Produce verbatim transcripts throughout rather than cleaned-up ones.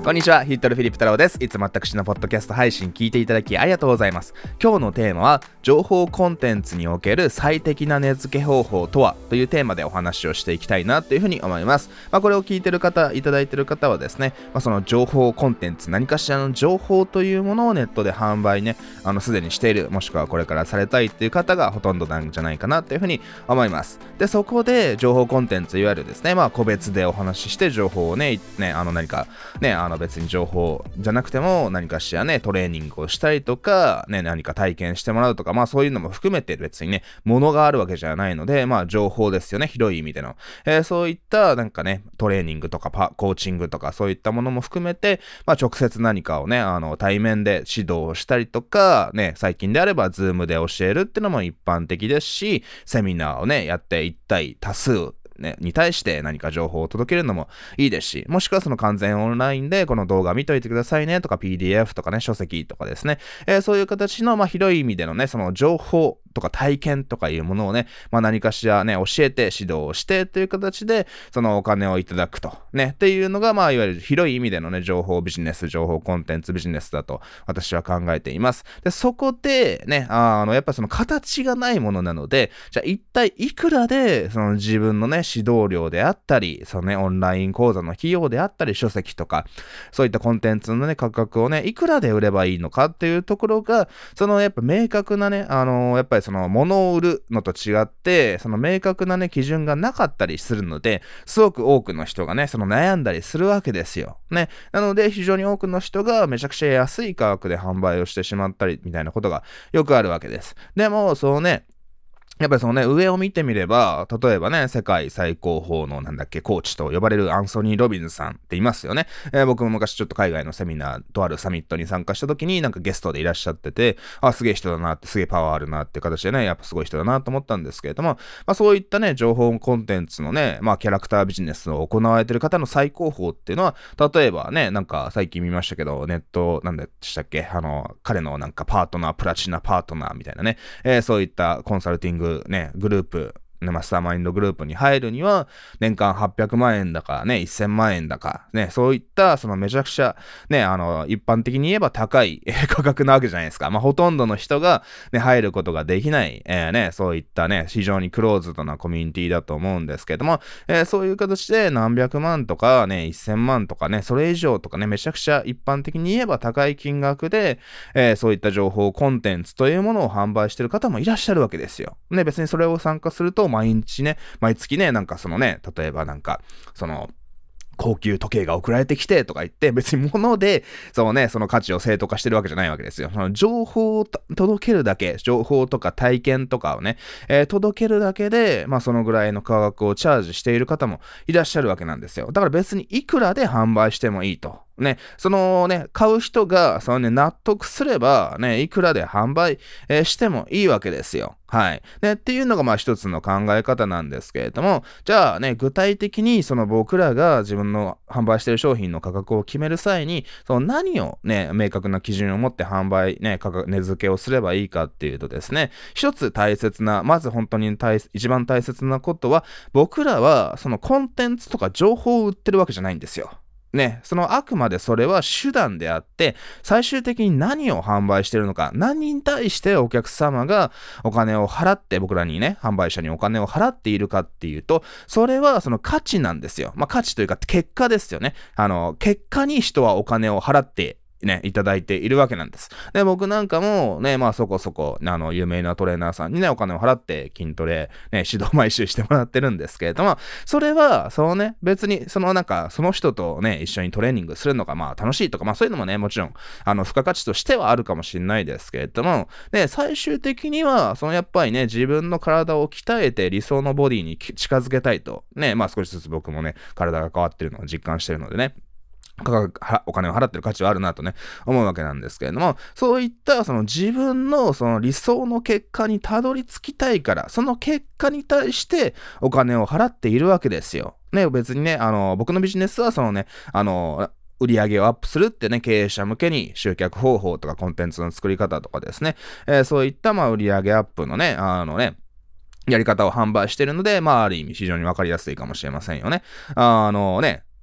こんにちは、ヒットルフィリップ太郎です。いつも私のポッドキャスト配信聞いていただきありがとうございます。今日のテーマは、情報コンテンツにおける最適な値付け方法とはというテーマでお話をしていきたいなというふうに思います。まあ、これを聞いている方、いただいている方はですね、まあ、その情報コンテンツ、何かしらの情報というものをネットで販売ね、あの、すでにしている、もしくはこれからされたいっていう方がほとんどなんじゃないかなというふうに思います。で、そこで情報コンテンツ、いわゆるですね、まあ、個別でお話しして情報をね、ね、あの、何か、ね、あの、別に情報じゃなくても何かしらねトレーニングをしたりとかね何か体験してもらうとかまあそういうのも含めて別にねものがあるわけじゃないのでまあ情報ですよね広い意味での、えー、そういったなんかねトレーニングとかパコーチングとかそういったものも含めてまあ直接何かをねあの対面で指導をしたりとかね最近であればズームで教えるっていうのも一般的ですしセミナーをねやって一対多数ね、に対して何か情報を届けるのもいいですし、もしくはその完全オンラインでこの動画見といてくださいねとか ピーディーエフ とかね、書籍とかですね、えー、そういう形のまあ広い意味でのね、その情報とか体験とかいうものをね、まあ何かしらね、教えて指導をしてという形で、そのお金をいただくと、ね、っていうのがまあいわゆる広い意味でのね、情報ビジネス、情報コンテンツビジネスだと私は考えています。で、そこでね、あの、やっぱその形がないものなので、じゃあ一体いくらでその自分のね、指導料であったり、そのね、オンライン講座の費用であったり、書籍とか、そういったコンテンツのね、価格をね、いくらで売ればいいのかっていうところが、そのやっぱ明確なね、あのー、やっぱりその物を売るのと違って、その明確なね、基準がなかったりするので、すごく多くの人がね、その悩んだりするわけですよ。ね。なので、非常に多くの人がめちゃくちゃ安い価格で販売をしてしまったり、みたいなことがよくあるわけです。でも、そうね、やっぱりそのね、上を見てみれば、例えばね、世界最高峰のなんだっけ、コーチと呼ばれるアンソニー・ロビンスさんっていますよね。えー、僕も昔ちょっと海外のセミナー、とあるサミットに参加した時になんかゲストでいらっしゃってて、あ、すげえ人だなって、すげえパワーあるなって形でね、やっぱすごい人だなと思ったんですけれども、まあそういったね、情報コンテンツのね、まあキャラクタービジネスを行われてる方の最高峰っていうのは、例えばね、なんか最近見ましたけど、ネット、なんでしたっけ、あの、彼のなんかパートナー、プラチナパートナーみたいなね、えー、そういったコンサルティングね、グループマスターマインドグループに入るには年間はっぴゃくまんえんだかねせんまんえんだかねそういったそのめちゃくちゃねあの一般的に言えば高い価格なわけじゃないですか。まあほとんどの人がね入ることができない、えー、ねそういったね非常にクローズドなコミュニティだと思うんですけども、えー、そういう形で何百万とかねせんまんとかねそれ以上とかねめちゃくちゃ一般的に言えば高い金額で、えー、そういった情報コンテンツというものを販売している方もいらっしゃるわけですよ。ね別にそれを参加すると毎日ね、毎月ね、なんかそのね、例えばなんか、その、高級時計が送られてきてとか言って別に物でそのねその価値を正当化してるわけじゃないわけですよ。その情報を届けるだけ情報とか体験とかをね、えー、届けるだけでまあそのぐらいの価格をチャージしている方もいらっしゃるわけなんですよ。だから別にいくらで販売してもいいと。ね、そのね、買う人が、そのね、納得すれば、ね、いくらで販売、えー、してもいいわけですよ。はい。ね、っていうのが、まあ一つの考え方なんですけれども、じゃあね、具体的に、その僕らが自分の販売している商品の価格を決める際に、その何をね、明確な基準を持って販売、ね、価格、値付けをすればいいかっていうとですね、一つ大切な、まず本当に大一番大切なことは、僕らは、そのコンテンツとか情報を売ってるわけじゃないんですよ。ね、そのあくまでそれは手段であって、最終的に何を販売しているのか、何に対してお客様がお金を払って、僕らにね、販売者にお金を払っているかっていうと、それはその価値なんですよ。まあ価値というか結果ですよね。あの、結果に人はお金を払ってね、いただいているわけなんです。で、僕なんかもね、まあそこそこ、あの、有名なトレーナーさんにね、お金を払って筋トレ、ね、指導毎週してもらってるんですけれども、それは、そのね、別に、そのなんか、その人とね、一緒にトレーニングするのが、まあ楽しいとか、まあそういうのもね、もちろん、あの、付加価値としてはあるかもしれないですけれども、で、最終的には、そのやっぱりね、自分の体を鍛えて理想のボディに近づけたいと、ね、まあ少しずつ僕もね、体が変わってるのを実感してるのでね、お金を払ってる価値はあるなとね、思うわけなんですけれども、そういったその自分のその理想の結果にたどり着きたいから、その結果に対してお金を払っているわけですよ。ね、別にね、あの、僕のビジネスはそのね、あの、売り上げをアップするってね、経営者向けに集客方法とかコンテンツの作り方とかですね、えー、そういったまあ売り上げアップのね、あのね、やり方を販売しているので、まあある意味非常にわかりやすいかもしれませんよね。あのね、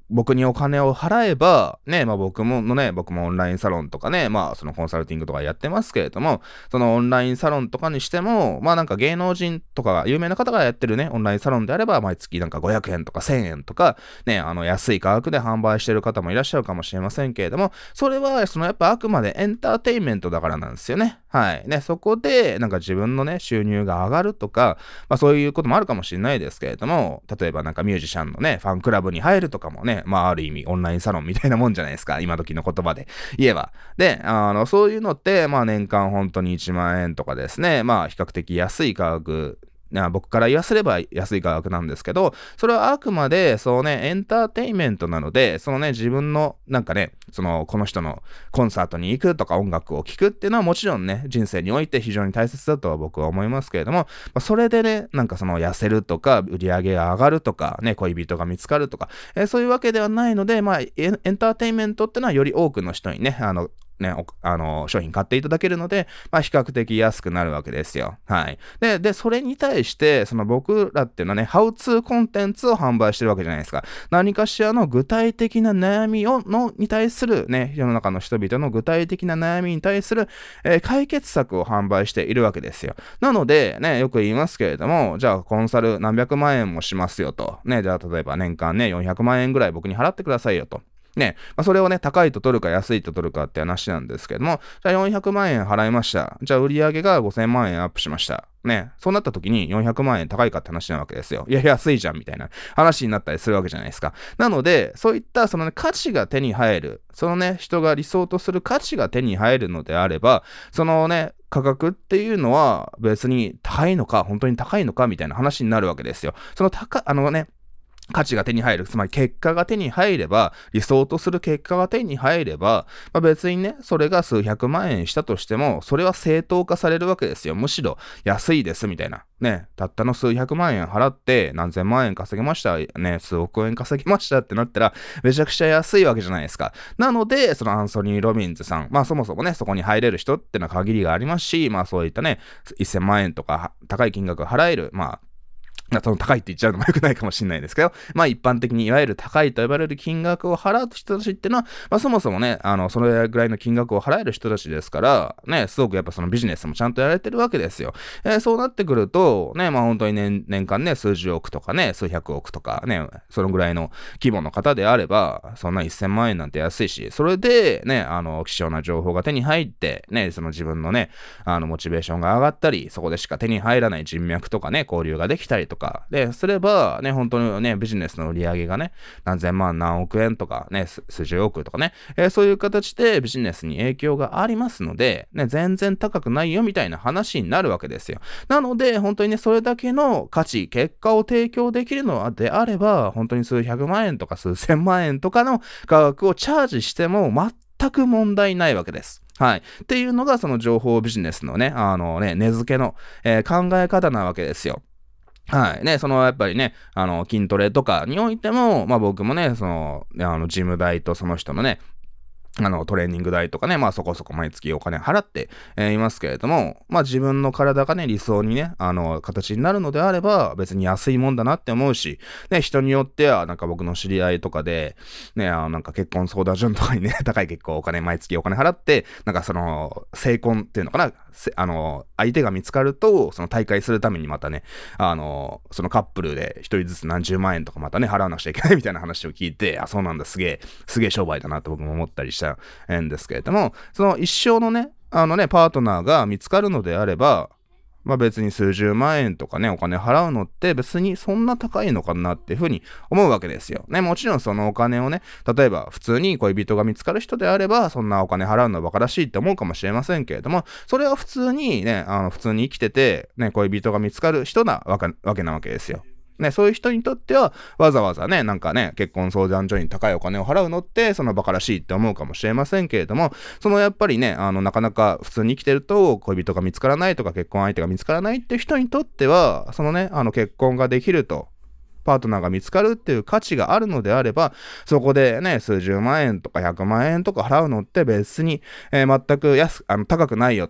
僕にお金を払えば、ね、まあ僕ものね、僕もオンラインサロンとかね、まあそのコンサルティングとかやってますけれども、そのオンラインサロンとかにしても、まあなんか芸能人とか有名な方がやってるね、オンラインサロンであれば、毎月なんかごひゃくえんとかせんえんとか、ね、あの安い価格で販売してる方もいらっしゃるかもしれませんけれども、それはそのやっぱあくまでエンターテインメントだからなんですよね。はい。ね、そこでなんか自分のね、収入が上がるとか、まあそういうこともあるかもしれないですけれども、例えばなんかミュージシャンのね、ファンクラブに入るとかもね、まあある意味オンラインサロンみたいなもんじゃないですか。今時の言葉で言えば。で、あの、そういうのって、まあ年間本当にいちまんえんとかですね、まあ比較的安い価格、僕から言わせれば安い価格なんですけど、それはあくまで、そうね、エンターテインメントなので、そのね、自分の、なんかね、その、この人のコンサートに行くとか音楽を聴くっていうのはもちろんね、人生において非常に大切だとは僕は思いますけれども、まあ、それでね、なんかその痩せるとか、売り上げが上がるとか、ね、恋人が見つかるとか、えーそういうわけではないので、まあ、エンエンターテインメントってのはより多くの人にね、あの、ね、あの、商品買っていただけるので、まあ、比較的安くなるわけですよ。はい。で、で、それに対して、その僕らっていうのはね、ハウツーコンテンツを販売してるわけじゃないですか。何かしらの具体的な悩みを、の、に対するね、世の中の人々の具体的な悩みに対する、えー解決策を販売しているわけですよ。なので、ね、よく言いますけれども、じゃあ、コンサル何百万円もしますよと。ね、じゃあ、例えば年間ね、よんひゃくまんえんぐらい僕に払ってくださいよと。ね、まあ、それをね、高いと取るか安いと取るかって話なんですけども、じゃあよんひゃくまんえん払いました。じゃあ売上がごせんまんえんアップしました。ね、そうなった時によんひゃくまんえん高いかって話なわけですよ。いや、安いじゃんみたいな話になったりするわけじゃないですか。なので、そういったそのね、価値が手に入る、そのね、人が理想とする価値が手に入るのであれば、そのね、価格っていうのは別に高いのか、本当に高いのかみたいな話になるわけですよ。その高、あのね、価値が手に入る。つまり結果が手に入れば、理想とする結果が手に入れば、まあ、別にね、それが数百万円したとしても、それは正当化されるわけですよ。むしろ安いですみたいな。ね、たったの数百万円払って何千万円稼げました。ね、数億円稼ぎましたってなったら、めちゃくちゃ安いわけじゃないですか。なので、そのアンソニー・ロビンズさん、まあそもそもね、そこに入れる人ってのは限りがありますし、まあそういったね、せんまんえんとか高い金額払える、まあ、その高いって言っちゃうのも良くないかもしれないですけど、まあ一般的にいわゆる高いと呼ばれる金額を払う人たちっていうのは、まあそもそもね、あの、それぐらいの金額を払える人たちですから、ね、すごくやっぱそのビジネスもちゃんとやられてるわけですよ。えーそうなってくると、ね、まあ本当に年、年間ね、数十億とかね、数百億とかね、そのぐらいの規模の方であれば、そんなせんまんえんなんて安いし、それでね、あの、貴重な情報が手に入って、ね、その自分のね、あの、モチベーションが上がったり、そこでしか手に入らない人脈とかね、交流ができたりとか、とかですればね、本当にね、ビジネスの売り上げがね、何千万何億円とかね、数十億とかね、えー、そういう形でビジネスに影響がありますので、ね、全然高くないよみたいな話になるわけですよ。なので、本当にね、それだけの価値、結果を提供できるのであれば、本当に数百万円とか数千万円とかの価格をチャージしても全く問題ないわけです。はい。っていうのがその情報ビジネスのね、あのね、根付けの、えー、考え方なわけですよ。はい。ね、その、やっぱりね、あの、筋トレとかにおいても、まあ僕もね、その、あの、ジム代とその人のね、あの、トレーニング代とかね、まあそこそこ毎月お金払って、えー、いますけれども、まあ自分の体がね、理想にね、あの、形になるのであれば、別に安いもんだなって思うし、ね、人によっては、なんか僕の知り合いとかで、ね、あの、なんか結婚相談所とかにね、高い結構お金、毎月お金払って、なんかその、成婚っていうのかな、あの、相手が見つかると、その大会するためにまたね、あの、そのカップルで一人ずつ何十万円とかまたね、払わなくちゃいけないみたいな話を聞いて、あ、そうなんだ、すげえ、すげえ商売だなと僕も思ったりしたんですけれども、その一生のね、あのね、パートナーが見つかるのであれば、まあ別に数十万円とかね、お金払うのって別にそんな高いのかなっていうふうに思うわけですよ。ね、もちろんそのお金をね、例えば普通に恋人が見つかる人であれば、そんなお金払うのはバカらしいって思うかもしれませんけれども、それは普通にね、あの普通に生きてて、ね、恋人が見つかる人なわけ、わけなわけですよ。ね、そういう人にとっては、わざわざね、なんかね、結婚相談所に高いお金を払うのって、そのバカらしいって思うかもしれませんけれども、そのやっぱりね、あの、なかなか普通に生きてると、恋人が見つからないとか、結婚相手が見つからないっていう人にとっては、そのね、あの、結婚ができると、パートナーが見つかるっていう価値があるのであれば、そこでね、数十万円とかひゃくまん円とか払うのって別に、えー、全く安、あの、高くないよと。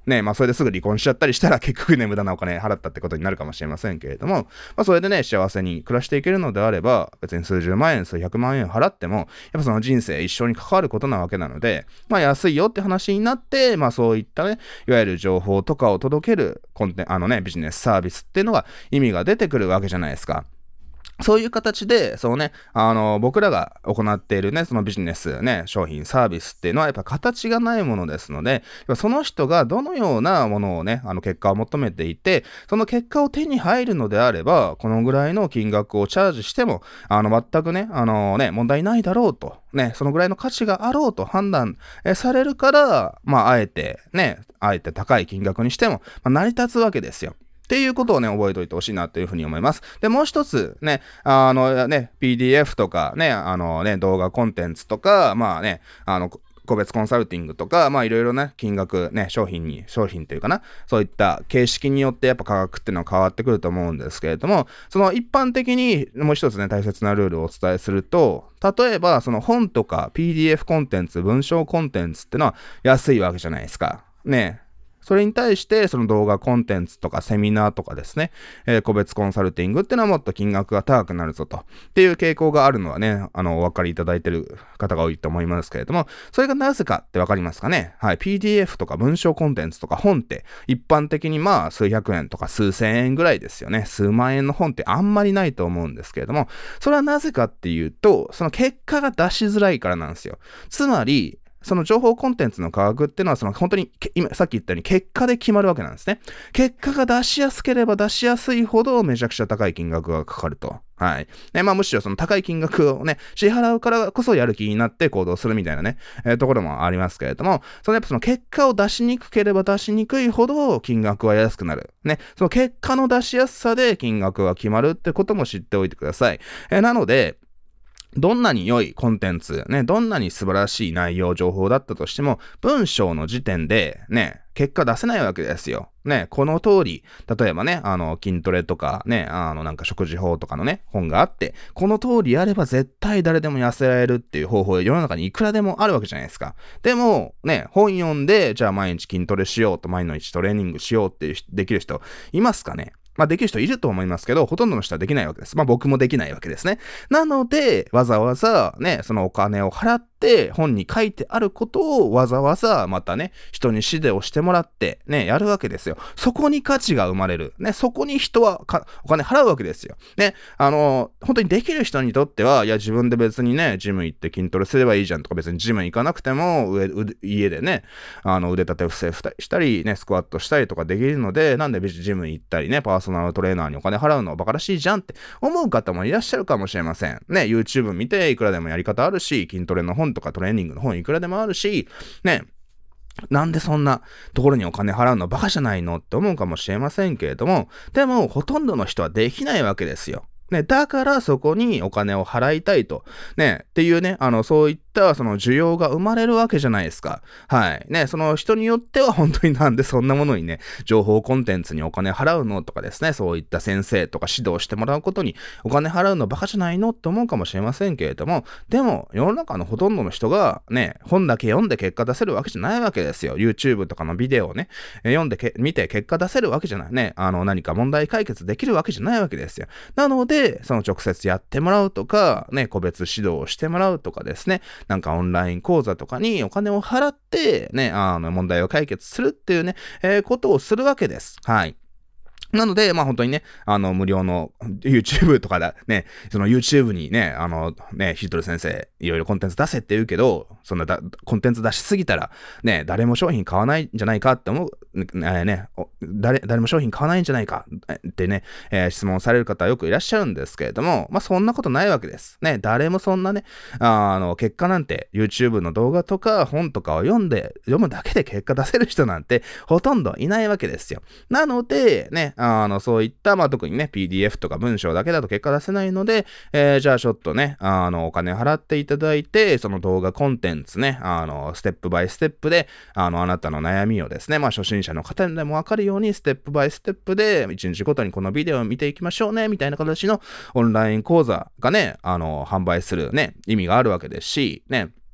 ね、まあそれですぐ離婚しちゃったりしたら結局ね、無駄なお金払ったってことになるかもしれませんけれども、まあそれでね、幸せに暮らしていけるのであれば、別に数十万円、数百万円払っても、やっぱその人生一生に関わることなわけなので、まあ安いよって話になって、まあそういったね、いわゆる情報とかを届けるコンテンツ、あのね、ビジネスサービスっていうのが意味が出てくるわけじゃないですか。そういう形で、そのね、あの、僕らが行っているね、そのビジネス、ね、商品、サービスっていうのはやっぱ形がないものですので、その人がどのようなものをね、あの結果を求めていて、その結果を手に入るのであれば、このぐらいの金額をチャージしても、あの、全くね、あのね、問題ないだろうと、ね、そのぐらいの価値があろうと判断えされるから、まあ、あえて、ね、あえて高い金額にしても、まあ、成り立つわけですよ。っていうことをね、覚えておいてほしいなというふうに思います。で、もう一つね、あのね、ピーディーエフ とかね、あのね、動画コンテンツとか、まあね、あの、個別コンサルティングとか、まあいろいろね、金額ね、商品に、商品というかな、そういった形式によってやっぱ価格っていうのは変わってくると思うんですけれども、その一般的にもう一つね、大切なルールをお伝えすると、例えばその本とか ピーディーエフ コンテンツ、文章コンテンツってのは安いわけじゃないですか。ね。それに対して、その動画コンテンツとかセミナーとかですね、えー、個別コンサルティングっていうのはもっと金額が高くなるぞと。っていう傾向があるのはね、あの、お分かりいただいている方が多いと思いますけれども、それがなぜかって分かりますかね。はい。ピーディーエフ とか文章コンテンツとか本って、一般的にまあ、数百円とか数千円ぐらいですよね。数万円の本ってあんまりないと思うんですけれども、それはなぜかっていうと、その結果が出しづらいからなんですよ。つまり、その情報コンテンツの価格っていうのは、その本当に、今、さっき言ったように結果で決まるわけなんですね。結果が出しやすければ出しやすいほどめちゃくちゃ高い金額がかかると。はい。ね、まあむしろその高い金額をね、支払うからこそやる気になって行動するみたいなね、えー、ところもありますけれども、そのやっぱその結果を出しにくければ出しにくいほど金額は安くなる。ね、その結果の出しやすさで金額が決まるってことも知っておいてください。えー、なので、どんなに良いコンテンツ、ね、どんなに素晴らしい内容、情報だったとしても、文章の時点で、ね、結果出せないわけですよ。ね、この通り、例えばね、あの、筋トレとか、ね、あの、なんか食事法とかのね、本があって、この通りやれば絶対誰でも痩せられるっていう方法で世の中にいくらでもあるわけじゃないですか。でも、ね、本読んで、じゃあ毎日筋トレしようと、毎日トレーニングしようっていう、できる人、いますかね？まあできる人いると思いますけど、ほとんどの人はできないわけです。まあ僕もできないわけですね。なので、わざわざね、そのお金を払って本に書いてあることをわざわざまたね、人に指導をしてもらってね、やるわけですよ。そこに価値が生まれる。ね、そこに人はかお金払うわけですよ。ね、あの、本当にできる人にとっては、いや自分で別にね、ジム行って筋トレすればいいじゃんとか、別にジム行かなくても、上家でね、あの腕立て伏せしたり、ね、スクワットしたりとかできるので、なんで別にジム行ったりね、パーソナルトレーナーにお金払うのはバカらしいじゃんって思う方もいらっしゃるかもしれません。ね、YouTube 見ていくらでもやり方あるし、筋トレの本とかトレーニングの本いくらでもあるし、ね、なんでそんなところにお金払うのバカじゃないのって思うかもしれませんけれども、でもほとんどの人はできないわけですよ。ね、だからそこにお金を払いたいと。ね、っていうね、あの、そういったその需要が生まれるわけじゃないですか。はい。ね、その人によっては本当になんでそんなものにね、情報コンテンツにお金払うのとかですね、そういった先生とか指導してもらうことにお金払うのバカじゃないのって思うかもしれませんけれども、でも世の中のほとんどの人がね、本だけ読んで結果出せるわけじゃないわけですよ。YouTube とかのビデオをね、読んでけ見て結果出せるわけじゃないね。あの、何か問題解決できるわけじゃないわけですよ。なので、で、その直接やってもらうとか、ね、個別指導をしてもらうとかですね、なんかオンライン講座とかにお金を払って、ね、あの、問題を解決するっていうね、えー、ことをするわけです。はい。なので、まあ本当にね、あの、無料の YouTube とかだ、ね、その YouTube にね、あの、ね、ヒートル先生、いろいろコンテンツ出せって言うけど、そんなだコンテンツ出しすぎたら、ね、誰も商品買わないんじゃないかって思う、ね、ね誰、誰も商品買わないんじゃないかってね、えー、質問される方はよくいらっしゃるんですけれども、まあそんなことないわけです。ね、誰もそんなね、あの、結果なんて YouTube の動画とか本とかを読んで、読むだけで結果出せる人なんてほとんどいないわけですよ。なので、ね、あの、そういった、まあ、特にね、ピーディーエフ とか文章だけだと結果出せないので、えー、じゃあちょっとね、あの、お金払っていただいて、その動画コンテンツね、あの、ステップバイステップで、あの、あなたの悩みをですね、まあ、初心者の方でもわかるように、ステップバイステップで、いちにちごとにこのビデオを見ていきましょうね、みたいな形のオンライン講座がね、あの、販売するね、意味があるわけですし、ね、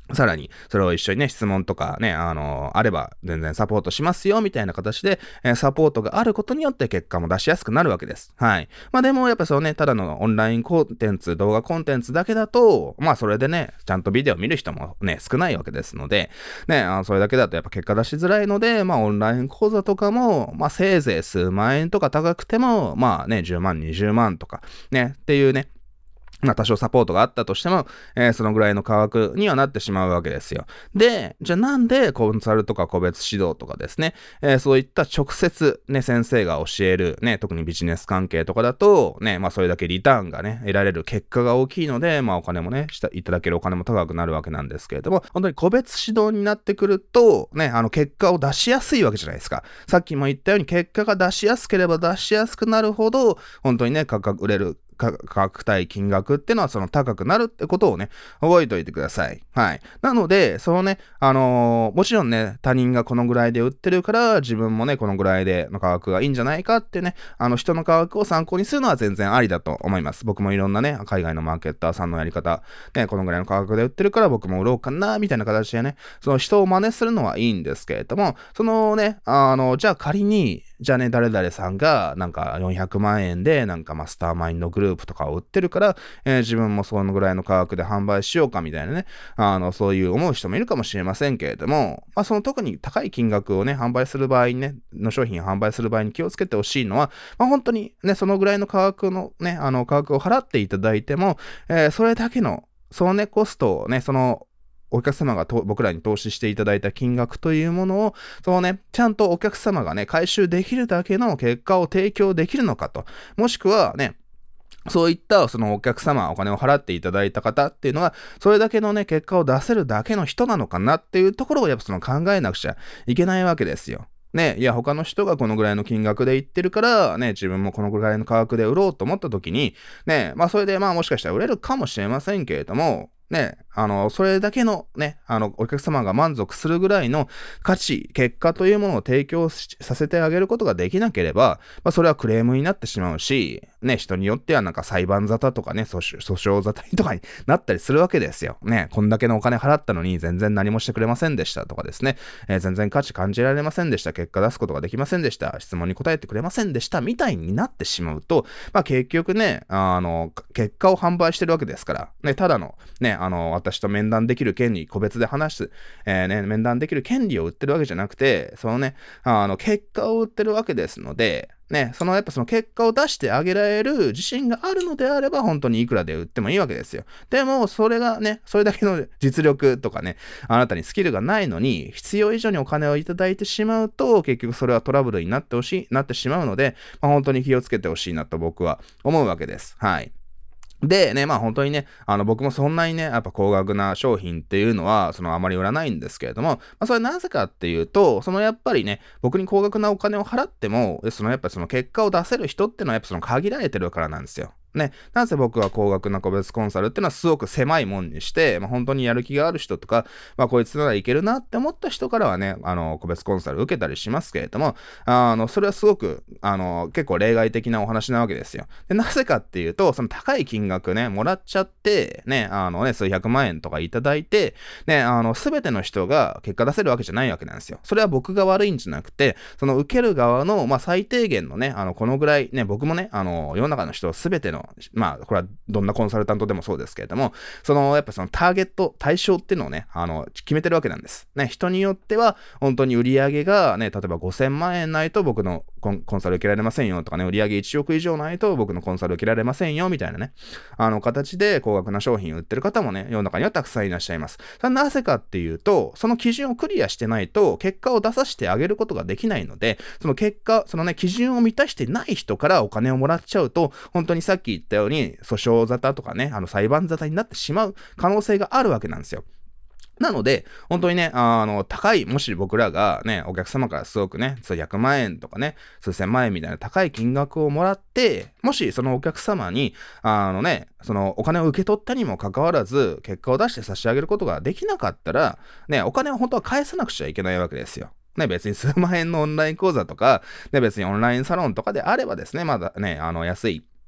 さらに、それを一緒にね、質問とかね、あのーあれば、全然サポートしますよ、みたいな形で、えーサポートがあることによって結果も出しやすくなるわけです。はい。まあでも、やっぱそうね、ただのオンラインコンテンツ、動画コンテンツだけだと、まあそれでね、ちゃんとビデオ見る人もね、少ないわけですので、ね、あのそれだけだとやっぱ結果出しづらいので、まあオンライン講座とかも、まあせいぜい数万円とか高くても、まあね、じゅうまん、にじゅうまんとか、ね、っていうね、まあ多少サポートがあったとしても、えーそのぐらいの価格にはなってしまうわけですよ。で、じゃあなんでコンサルとか個別指導とかですね、えーそういった直接ね、先生が教えるね、特にビジネス関係とかだと、ね、まあそれだけリターンがね、得られる結果が大きいので、まあお金もね、したいただけるお金も高くなるわけなんですけれども、本当に個別指導になってくると、ね、あの結果を出しやすいわけじゃないですか。さっきも言ったように結果が出しやすければ出しやすくなるほど、本当にね、価格売れる、価格帯金額っていうのはその高くなるってことをね、覚えておいてください。はい。なので、そのね、あのーもちろんね、他人がこのぐらいで売ってるから、自分もね、このぐらいでの価格がいいんじゃないかってね、あの人の価格を参考にするのは全然ありだと思います。僕もいろんなね、海外のマーケッターさんのやり方、ね、このぐらいの価格で売ってるから僕も売ろうかな、みたいな形でね、その人を真似するのはいいんですけれども、そのね、あの、じゃあ仮に、じゃあね、誰々さんがなんかよんひゃくまんえんでなんかマスターマインドグループとかを売ってるから、えー自分もそのぐらいの価格で販売しようかみたいなね、あの、そういう思う人もいるかもしれませんけれども、まあその特に高い金額をね、販売する場合にね、の商品を販売する場合に気をつけてほしいのは、まあ本当にね、そのぐらいの価格のね、あの価格を払っていただいても、えーそれだけの、そのね、コストをね、その、お客様がと僕らに投資していただいた金額というものを、そのね、ちゃんとお客様がね、回収できるだけの結果を提供できるのかと。もしくはね、そういったそのお客様、お金を払っていただいた方っていうのが、それだけのね、結果を出せるだけの人なのかなっていうところをやっぱその考えなくちゃいけないわけですよ。ね、いや他の人がこのぐらいの金額で言ってるから、ね、自分もこのぐらいの価格で売ろうと思った時に、ね、まあそれでまあもしかしたら売れるかもしれませんけれども、ね、あの、それだけのね、あの、お客様が満足するぐらいの価値、結果というものを提供しさせてあげることができなければ、まあ、それはクレームになってしまうし、ね、人によってはなんか裁判沙汰とかね、訴訟、訴訟沙汰とかになったりするわけですよ。ね、こんだけのお金払ったのに全然何もしてくれませんでしたとかですね、えー全然価値感じられませんでした、結果出すことができませんでした、質問に答えてくれませんでした、みたいになってしまうと、まあ結局ね、あの、結果を販売してるわけですから、ね、ただの、ね、あの、私と面談できる権利、個別で話す、えーね、面談できる権利を売ってるわけじゃなくて、そのね、あの、結果を売ってるわけですので、ね、そのやっぱその結果を出してあげられる自信があるのであれば本当にいくらで売ってもいいわけですよ。でもそれがね、それだけの実力とかね、あなたにスキルがないのに必要以上にお金をいただいてしまうと結局それはトラブルになってほしい、なってしまうので、まあ、本当に気をつけてほしいなと僕は思うわけです。はい。でね、まあ本当にね、あの僕もそんなにね、やっぱ高額な商品っていうのは、そのあまり売らないんですけれども、まあそれなぜかっていうと、そのやっぱりね、僕に高額なお金を払っても、そのやっぱその結果を出せる人っていうのはやっぱその限られてるからなんですよ。ね、なぜ僕は高額な個別コンサルっていうのはすごく狭いもんにして、まあ、本当にやる気がある人とか、まあこいつならいけるなって思った人からはね、あの、個別コンサル受けたりしますけれども、あの、それはすごく、あの、結構例外的なお話なわけですよ。で、なぜかっていうと、その高い金額ね、もらっちゃって、ね、あのね、数百万円とかいただいて、ね、あの、すべての人が結果出せるわけじゃないわけなんですよ。それは僕が悪いんじゃなくて、その受ける側の、まあ最低限のね、あの、このぐらい、ね、僕もね、あの、世の中の人すべての、まあ、これはどんなコンサルタントでもそうですけれども、その、やっぱそのターゲット、対象っていうのをね、あの、決めてるわけなんです。ね、人によっては、本当に売り上げがね、例えばごせんまんえんないと僕のコン、コンサル受けられませんよとかね、売り上げいちおく以上ないと僕のコンサル受けられませんよみたいなね、あの、形で高額な商品を売ってる方もね、世の中にはたくさんいらっしゃいます。それはなぜかっていうと、その基準をクリアしてないと、結果を出させてあげることができないので、その結果、そのね、基準を満たしてない人からお金をもらっちゃうと、本当にさっき言ったように、訴訟沙汰とかね、あの裁判沙汰になってしまう可能性があるわけなんですよ。なので、本当にね、あの、高い、もし僕らがね、お客様からすごくね、数百万円とかね、数千万円みたいな高い金額をもらって、もしそのお客様に、あのね、そのお金を受け取ったにもかかわらず、結果を出して差し上げることができなかったら、ね、お金を本当は返さなくちゃいけないわけですよ。ね、別に数万円のオンライン講座とか、ね、別にオンラインサロンとかであればですね、まだね、あの、安い、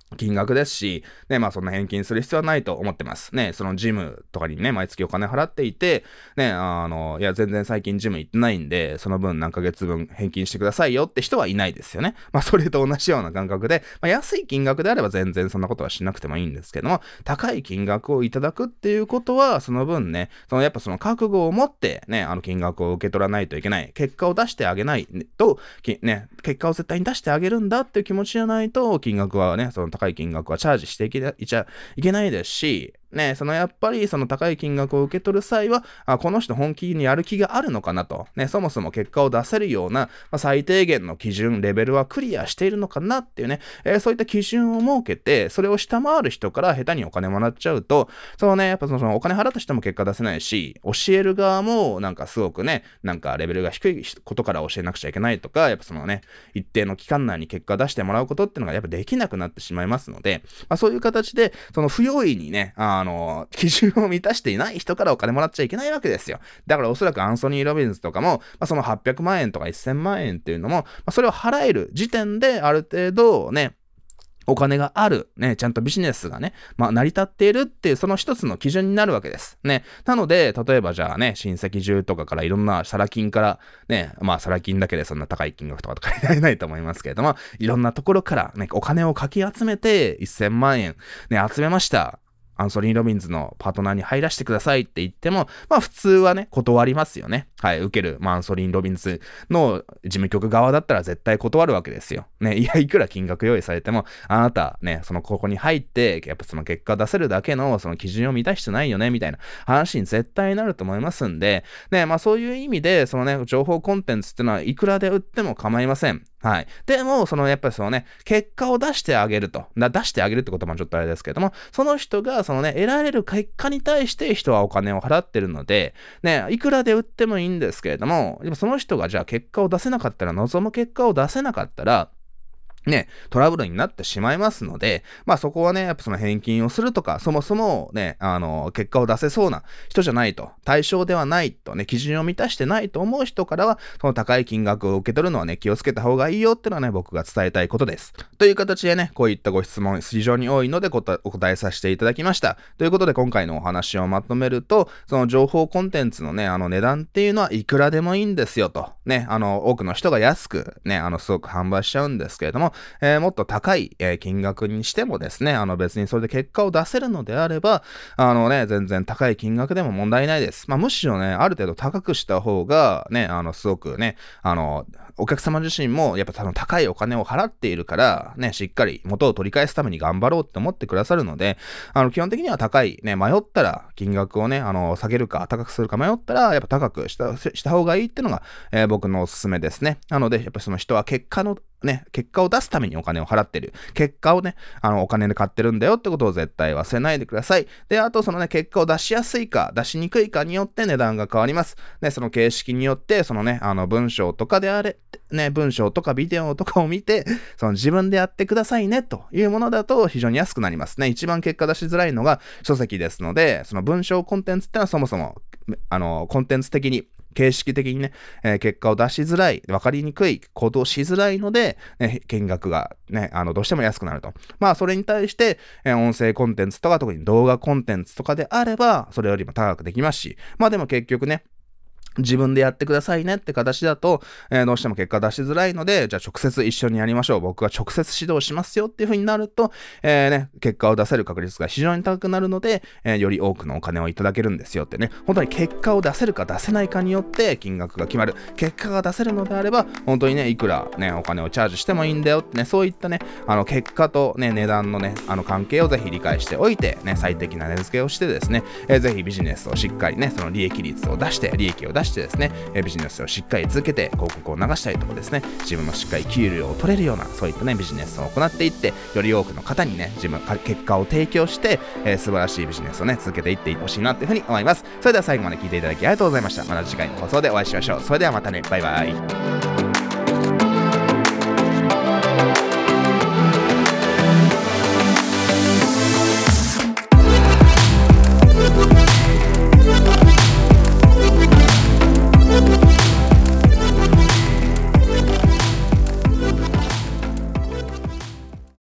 金額ですし、ね、まあそんな返金する必要はないと思ってます。ね、そのジムとかにね、毎月お金払っていて、ね、あの、いや全然最近ジム行ってないんで、その分何ヶ月分返金してくださいよって人はいないですよね。まあそれと同じような感覚で、まあ安い金額であれば全然そんなことはしなくてもいいんですけども、高い金額をいただくっていうことは、その分ね、そのやっぱその覚悟を持ってね、あの金額を受け取らないといけない。結果を出してあげないと、ね、結果を絶対に出してあげるんだっていう気持ちじゃないと、金額はね、その高い金額はチャージしていけいちゃいけないですし、ね、そのやっぱりその高い金額を受け取る際は、あ、この人本気にやる気があるのかなと、ね、そもそも結果を出せるような、まあ、最低限の基準、レベルはクリアしているのかなっていうね、えー、そういった基準を設けて、それを下回る人から下手にお金もらっちゃうと、そのね、やっぱそのお金払った人も結果出せないし、教える側もなんかすごくね、なんかレベルが低いことから教えなくちゃいけないとか、やっぱそのね、一定の期間内に結果出してもらうことっていうのがやっぱできなくなってしまいますので、まあ、そういう形で、その不用意にね、あの、基準を満たしていない人からお金もらっちゃいけないわけですよ。だからおそらくアンソニー・ロビンズとかも、まあ、そのはっぴゃくまんえんとかせんまんえんっていうのも、まあ、それを払える時点である程度ね、お金がある、ね、ちゃんとビジネスがね、まあ、成り立っているっていう、その一つの基準になるわけです。ね。なので、例えばじゃあね、親戚中とかからいろんなサラ金から、ね、まあ、サラ金だけでそんな高い金額とかと借りられないと思いますけれども、いろんなところからね、お金をかき集めて、せんまんえん、ね、集めました。アンソニー・ロビンズのパートナーに入らせてくださいって言っても、まあ普通はね、断りますよね。はい、受ける、まあアンソニー・ロビンズの事務局側だったら絶対断るわけですよ。ね、いや、いくら金額用意されても、あなたね、そのここに入って、やっぱその結果出せるだけのその基準を満たしてないよね、みたいな話に絶対になると思いますんで、ね、まあそういう意味で、そのね、情報コンテンツっていうのはいくらで売っても構いません。はい。でも、その、やっぱりそのね、結果を出してあげると。出してあげるって言葉もちょっとあれですけども、その人が、そのね、得られる結果に対して人はお金を払ってるので、ね、いくらで売ってもいいんですけれども、でもその人がじゃあ結果を出せなかったら、望む結果を出せなかったら、ね、トラブルになってしまいますので、まあそこはね、やっぱその返金をするとか、そもそもね、あの、結果を出せそうな人じゃないと、対象ではないとね、基準を満たしてないと思う人からは、その高い金額を受け取るのはね、気をつけた方がいいよっていうのはね、僕が伝えたいことです。という形でね、こういったご質問非常に多いのでお答えさせていただきました。ということで今回のお話をまとめると、その情報コンテンツのね、あの値段っていうのはいくらでもいいんですよと。ね、あの、多くの人が安くね、あの、すごく販売しちゃうんですけれども、えー、もっと高い、えー、金額にしてもですね、あの別にそれで結果を出せるのであれば、あのね、全然高い金額でも問題ないです。まあむしろね、ある程度高くした方がね、あのすごくね、あの、お客様自身もやっぱその高いお金を払っているからね、しっかり元を取り返すために頑張ろうって思ってくださるので、あの基本的には高いね、迷ったら金額をね、あの下げるか高くするか迷ったらやっぱ高くしたした方がいいっていうのが、えー、僕のおすすめですね。なのでやっぱその人は結果のね、結果を出すためにお金を払ってる。結果をね、あの、お金で買ってるんだよってことを絶対忘れないでください。で、あとそのね、結果を出しやすいか、出しにくいかによって値段が変わります。ね、その形式によって、そのね、あの、文章とかであれ、ね、文章とかビデオとかを見て、その自分でやってくださいね、というものだと非常に安くなりますね。一番結果出しづらいのが書籍ですので、その文章コンテンツってのはそもそも、あの、コンテンツ的に、形式的にね、えー、結果を出しづらい、分かりにくい、行動しづらいので、ね、金額がね、あの、どうしても安くなると。まあ、それに対して、えー、音声コンテンツとか、特に動画コンテンツとかであれば、それよりも高くできますし、まあでも結局ね、自分でやってくださいねって形だと、えー、どうしても結果出しづらいので、じゃあ直接一緒にやりましょう。僕が直接指導しますよっていう風になると、えー、ね、結果を出せる確率が非常に高くなるので、えー、より多くのお金をいただけるんですよってね。本当に結果を出せるか出せないかによって金額が決まる。結果が出せるのであれば、本当にね、いくらね、お金をチャージしてもいいんだよってね、そういったね、あの結果とね、値段のね、あの関係をぜひ理解しておいて、ね、最適な値付けをしてですね、えー、ぜひビジネスをしっかりね、その利益率を出して、利益を出してですね、ビジネスをしっかり続けて広告を流したりとかですね、自分のしっかり給料を取れるようなそういったねビジネスを行っていって、より多くの方にね自分結果を提供して、えー、素晴らしいビジネスをね続けていってほしいなっていうふうに思います。それでは最後まで聞いていただきありがとうございました。また次回の放送でお会いしましょう。それではまたね、バイバイ。